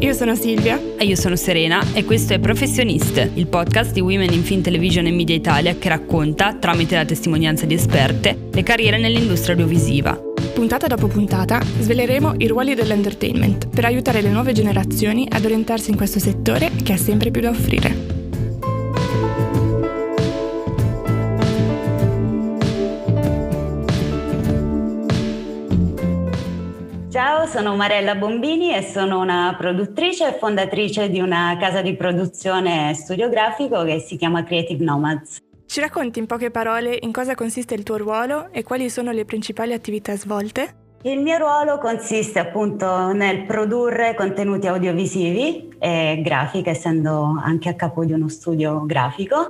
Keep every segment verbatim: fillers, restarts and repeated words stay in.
Io sono Silvia. E io sono Serena e questo è Professioniste, il podcast di Women in Film, Television e Media Italia che racconta, tramite la testimonianza di esperte, le carriere nell'industria audiovisiva. Puntata dopo puntata sveleremo i ruoli dell'entertainment per aiutare le nuove generazioni ad orientarsi in questo settore che ha sempre più da offrire. Ciao, sono Marella Bombini e sono una produttrice e fondatrice di una casa di produzione studiografico che si chiama Creative Nomads. Ci racconti in poche parole in cosa consiste il tuo ruolo e quali sono le principali attività svolte? Il mio ruolo consiste appunto nel produrre contenuti audiovisivi e grafica, essendo anche a capo di uno studio grafico.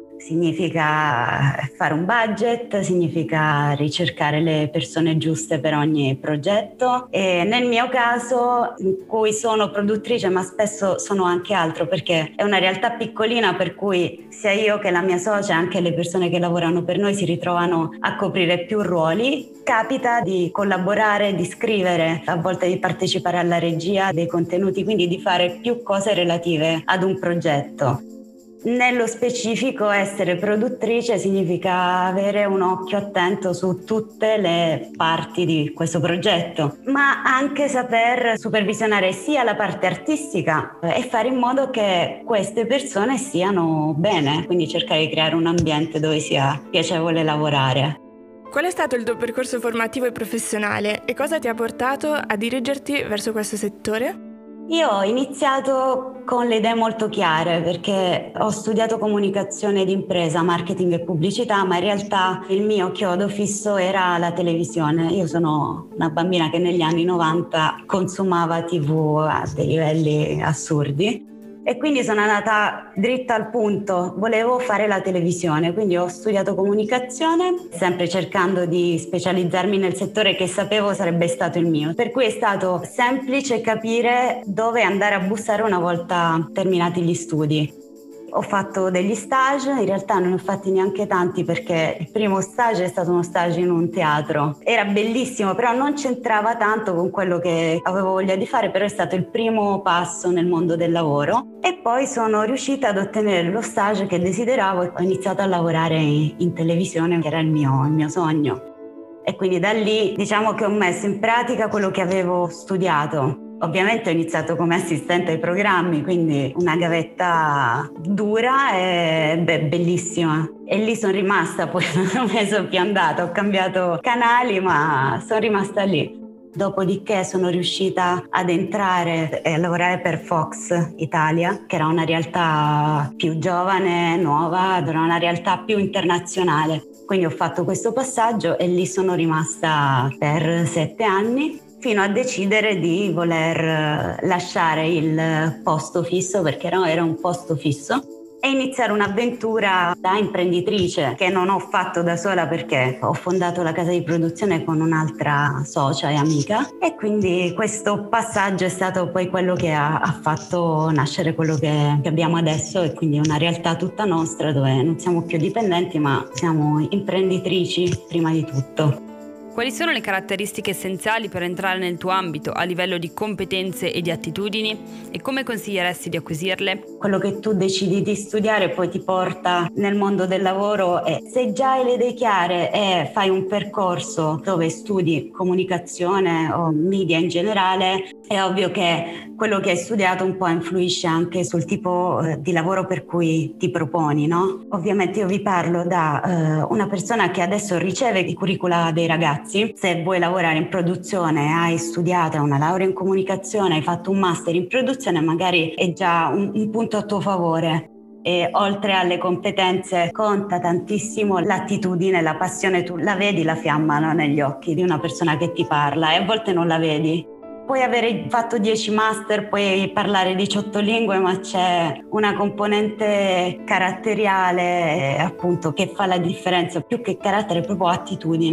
Significa fare un budget, significa ricercare le persone giuste per ogni progetto e nel mio caso, in cui sono produttrice ma spesso sono anche altro perché è una realtà piccolina per cui sia io che la mia socia e anche le persone che lavorano per noi si ritrovano a coprire più ruoli, capita di collaborare, di scrivere, a volte di partecipare alla regia dei contenuti, quindi di fare più cose relative ad un progetto. Nello specifico essere produttrice significa avere un occhio attento su tutte le parti di questo progetto, ma anche saper supervisionare sia la parte artistica e fare in modo che queste persone stiano bene, quindi cercare di creare un ambiente dove sia piacevole lavorare. Qual è stato il tuo percorso formativo e professionale e cosa ti ha portato a dirigerti verso questo settore? Io ho iniziato con le idee molto chiare perché ho studiato comunicazione d'impresa, marketing e pubblicità, ma in realtà il mio chiodo fisso era la televisione. Io sono una bambina che negli anni novanta consumava tivù a dei livelli assurdi. E quindi sono andata dritta al punto, volevo fare la televisione, quindi ho studiato comunicazione, sempre cercando di specializzarmi nel settore che sapevo sarebbe stato il mio. Per cui è stato semplice capire dove andare a bussare una volta terminati gli studi. Ho fatto degli stage, in realtà non ne ho fatti neanche tanti perché il primo stage è stato uno stage in un teatro. Era bellissimo, però non c'entrava tanto con quello che avevo voglia di fare, però è stato il primo passo nel mondo del lavoro. E poi sono riuscita ad ottenere lo stage che desideravo e ho iniziato a lavorare in, in televisione, che era il mio, il mio sogno. E quindi da lì diciamo che ho messo in pratica quello che avevo studiato. Ovviamente ho iniziato come assistente ai programmi, quindi una gavetta dura e beh, bellissima. E lì sono rimasta, poi non mi sono più andata, ho cambiato canali ma sono rimasta lì. Dopodiché sono riuscita ad entrare e a lavorare per Fox Italia, che era una realtà più giovane, nuova, era una realtà più internazionale. Quindi ho fatto questo passaggio e lì sono rimasta per sette anni. Fino a decidere di voler lasciare il posto fisso, perché no, era un posto fisso, e iniziare un'avventura da imprenditrice che non ho fatto da sola perché ho fondato la casa di produzione con un'altra socia e amica e quindi questo passaggio è stato poi quello che ha, ha fatto nascere quello che, che abbiamo adesso e quindi una realtà tutta nostra dove non siamo più dipendenti ma siamo imprenditrici prima di tutto. Quali sono le caratteristiche essenziali per entrare nel tuo ambito a livello di competenze e di attitudini e come consiglieresti di acquisirle? Quello che tu decidi di studiare poi ti porta nel mondo del lavoro e se già hai le idee chiare e fai un percorso dove studi comunicazione o media in generale, è ovvio che quello che hai studiato un po' influisce anche sul tipo di lavoro per cui ti proponi, no? Ovviamente io vi parlo da uh, una persona che adesso riceve i curricula dei ragazzi. Se vuoi lavorare in produzione, hai studiato una laurea in comunicazione, hai fatto un master in produzione, magari è già un, un punto a tuo favore. E oltre alle competenze conta tantissimo l'attitudine, la passione. Tu la vedi la fiamma, no, negli occhi di una persona che ti parla e a volte non la vedi. Puoi avere fatto dieci master, puoi parlare diciotto lingue, ma c'è una componente caratteriale appunto che fa la differenza, più che carattere, proprio attitudine.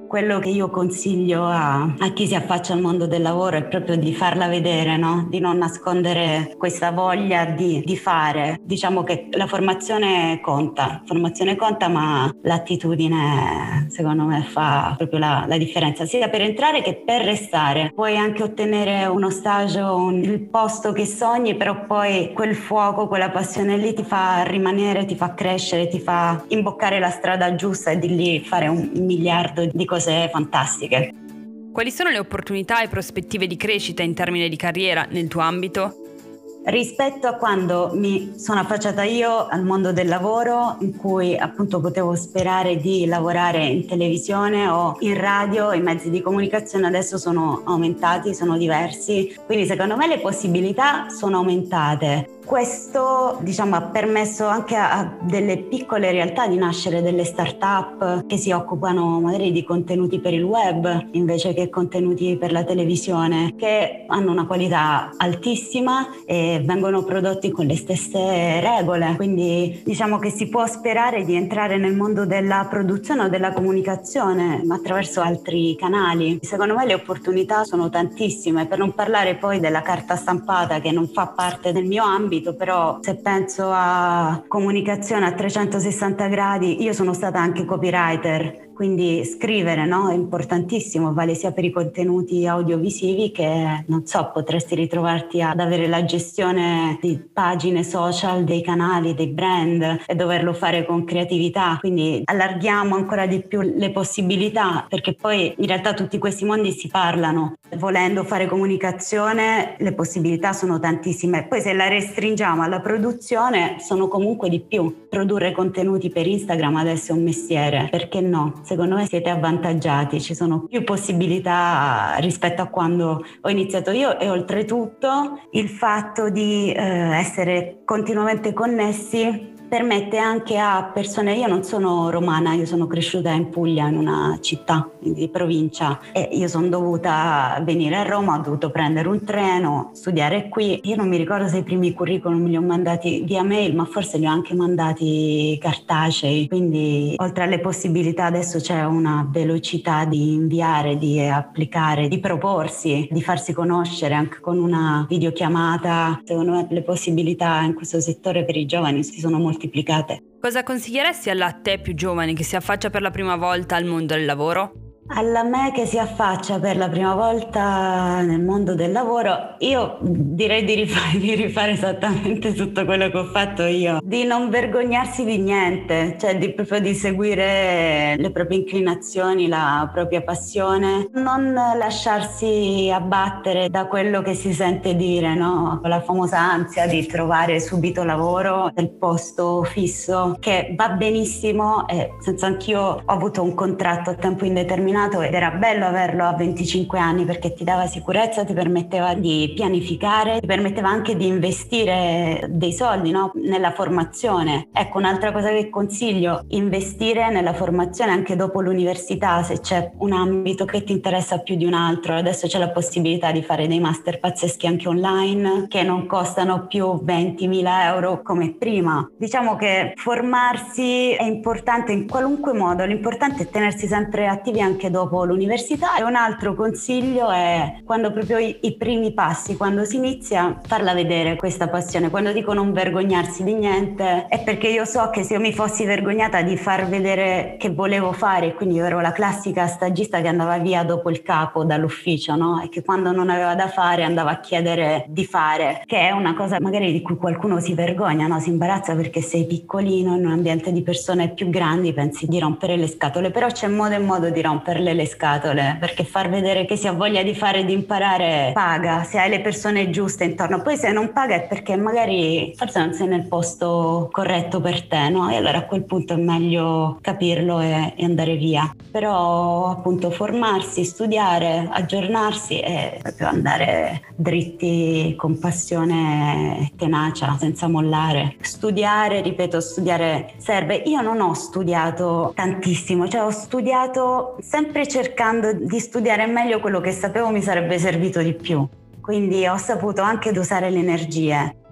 Quello che io consiglio a, a chi si affaccia al mondo del lavoro è proprio di farla vedere, no? Di non nascondere questa voglia di, di fare. Diciamo che la formazione conta, formazione conta, ma l'attitudine secondo me fa proprio la, la differenza, sia per entrare che per restare. Puoi anche ottenere uno stage o un, il posto che sogni, però poi quel fuoco, quella passione lì ti fa rimanere, ti fa crescere, ti fa imboccare la strada giusta e di lì fare un miliardo di cose fantastiche. Quali sono le opportunità e prospettive di crescita in termini di carriera nel tuo ambito? Rispetto a quando mi sono affacciata io al mondo del lavoro, in cui appunto potevo sperare di lavorare in televisione o in radio, i mezzi di comunicazione adesso sono aumentati, sono diversi, quindi secondo me le possibilità sono aumentate. Questo, diciamo, ha permesso anche a, a delle piccole realtà di nascere, delle start-up che si occupano magari di contenuti per il web invece che contenuti per la televisione, che hanno una qualità altissima e vengono prodotti con le stesse regole. Quindi diciamo che si può sperare di entrare nel mondo della produzione o della comunicazione, ma attraverso altri canali. Secondo me le opportunità sono tantissime, per non parlare poi della carta stampata che non fa parte del mio ambito. Però se penso a comunicazione a trecentosessanta gradi, io sono stata anche copywriter, quindi scrivere, no, è importantissimo, vale sia per i contenuti audiovisivi che, non so, potresti ritrovarti ad avere la gestione di pagine social, dei canali, dei brand e doverlo fare con creatività. Quindi allarghiamo ancora di più le possibilità, perché poi in realtà tutti questi mondi si parlano. Volendo fare comunicazione le possibilità sono tantissime, poi se la restringiamo alla produzione sono comunque di più. Produrre contenuti per Instagram adesso è un mestiere, perché no? Secondo me siete avvantaggiati, ci sono più possibilità rispetto a quando ho iniziato io, e oltretutto il fatto di eh, essere continuamente connessi permette anche a persone, io non sono romana, io sono cresciuta in Puglia, in una città di provincia, e io sono dovuta venire a Roma, ho dovuto prendere un treno, studiare qui. Io non mi ricordo se i primi curriculum li ho mandati via mail, ma forse li ho anche mandati cartacei, quindi oltre alle possibilità adesso c'è una velocità di inviare, di applicare, di proporsi, di farsi conoscere anche con una videochiamata. Secondo me le possibilità in questo settore per i giovani si sono moltiplicate. Cosa consiglieresti alla te più giovane che si affaccia per la prima volta al mondo del lavoro? Alla me che si affaccia per la prima volta nel mondo del lavoro, io direi di rifare, di rifare esattamente tutto quello che ho fatto io, di non vergognarsi di niente, cioè di proprio di seguire le proprie inclinazioni, la propria passione, non lasciarsi abbattere da quello che si sente dire, no? La famosa ansia di trovare subito lavoro, del posto fisso, che va benissimo, e senza anch'io ho avuto un contratto a tempo indeterminato ed era bello averlo a venticinque anni perché ti dava sicurezza, ti permetteva di pianificare, ti permetteva anche di investire dei soldi, no? Nella formazione. Ecco, un'altra cosa che consiglio: investire nella formazione anche dopo l'università, se c'è un ambito che ti interessa più di un altro. Adesso c'è la possibilità di fare dei master pazzeschi anche online che non costano più ventimila euro come prima. Diciamo che formarsi è importante in qualunque modo, l'importante è tenersi sempre attivi anche dopo l'università. E un altro consiglio è, quando proprio i, i primi passi, quando si inizia, farla vedere questa passione. Quando dico non vergognarsi di niente è perché io so che se io mi fossi vergognata di far vedere che volevo fare, quindi io ero la classica stagista che andava via dopo il capo dall'ufficio, no? E che quando non aveva da fare andava a chiedere di fare, che è una cosa magari di cui qualcuno si vergogna, no? Si imbarazza perché sei piccolino in un ambiente di persone più grandi, pensi di rompere le scatole, però c'è modo e modo di rompere le scatole, perché far vedere che si ha voglia di fare e di imparare paga, se hai le persone giuste intorno. Poi se non paga è perché magari forse non sei nel posto corretto per te, no? E allora a quel punto è meglio capirlo e, e andare via. Però appunto formarsi, studiare, aggiornarsi e proprio andare dritti con passione e tenacia, senza mollare. Studiare, ripeto, studiare serve. Io non ho studiato tantissimo, cioè ho studiato sempre cercando di studiare meglio quello che sapevo mi sarebbe servito di più. Quindi ho saputo anche dosare le energie.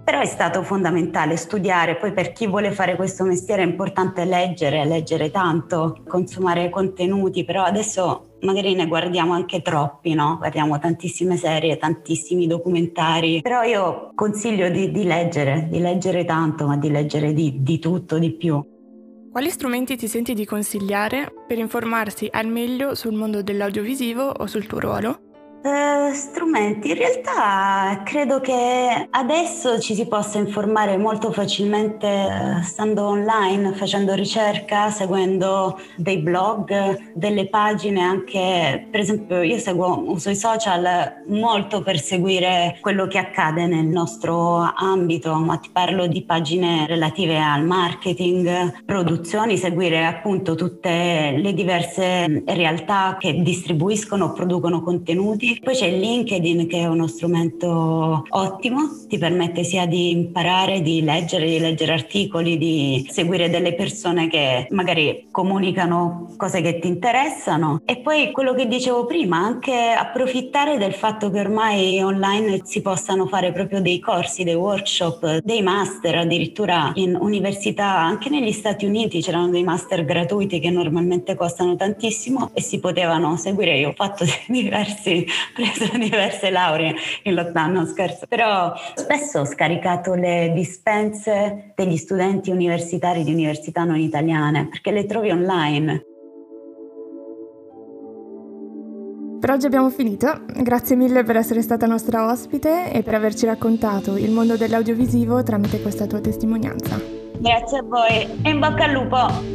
Però è stato fondamentale studiare, poi per chi vuole fare questo mestiere è importante leggere, leggere tanto, consumare contenuti, però adesso magari ne guardiamo anche troppi, no? Guardiamo tantissime serie, tantissimi documentari, però io consiglio di, di leggere, di leggere tanto, ma di leggere di, di tutto, di più. Quali strumenti ti senti di consigliare per informarsi al meglio sul mondo dell'audiovisivo o sul tuo ruolo? Uh, strumenti, in realtà credo che adesso ci si possa informare molto facilmente uh, stando online, facendo ricerca, seguendo dei blog, delle pagine anche, per esempio io seguo, uso i social molto per seguire quello che accade nel nostro ambito, ma ti parlo di pagine relative al marketing, produzioni, seguire appunto tutte le diverse realtà che distribuiscono o producono contenuti. Poi c'è LinkedIn, che è uno strumento ottimo, ti permette sia di imparare, di leggere, di leggere articoli, di seguire delle persone che magari comunicano cose che ti interessano. E poi quello che dicevo prima, anche approfittare del fatto che ormai online si possano fare proprio dei corsi, dei workshop, dei master, addirittura in università, anche negli Stati Uniti c'erano dei master gratuiti che normalmente costano tantissimo e si potevano seguire. Io ho fatto diversi preso diverse lauree in lockdown, no scherzo, però spesso ho scaricato le dispense degli studenti universitari di università non italiane perché le trovi online. Per oggi abbiamo finito, grazie mille per essere stata nostra ospite e per averci raccontato il mondo dell'audiovisivo tramite questa tua testimonianza. Grazie a voi e in bocca al lupo!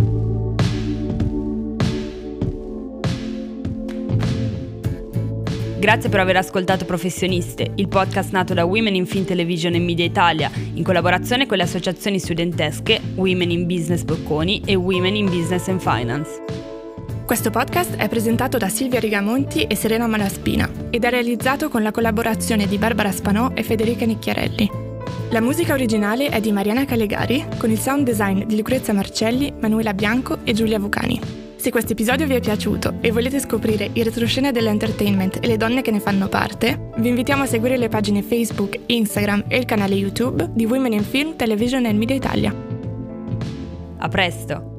Grazie per aver ascoltato Professioniste, il podcast nato da Women in Film Television e Media Italia, in collaborazione con le associazioni studentesche Women in Business Bocconi e Women in Business and Finance. Questo podcast è presentato da Silvia Rigamonti e Serena Malaspina ed è realizzato con la collaborazione di Barbara Spanò e Federica Nicchiarelli. La musica originale è di Mariana Calegari, con il sound design di Lucrezia Marcelli, Manuela Bianco e Giulia Vucani. Se questo episodio vi è piaciuto e volete scoprire il retroscena dell'entertainment e le donne che ne fanno parte, vi invitiamo a seguire le pagine Facebook, Instagram e il canale YouTube di Women in Film, Television e Media Italia. A presto!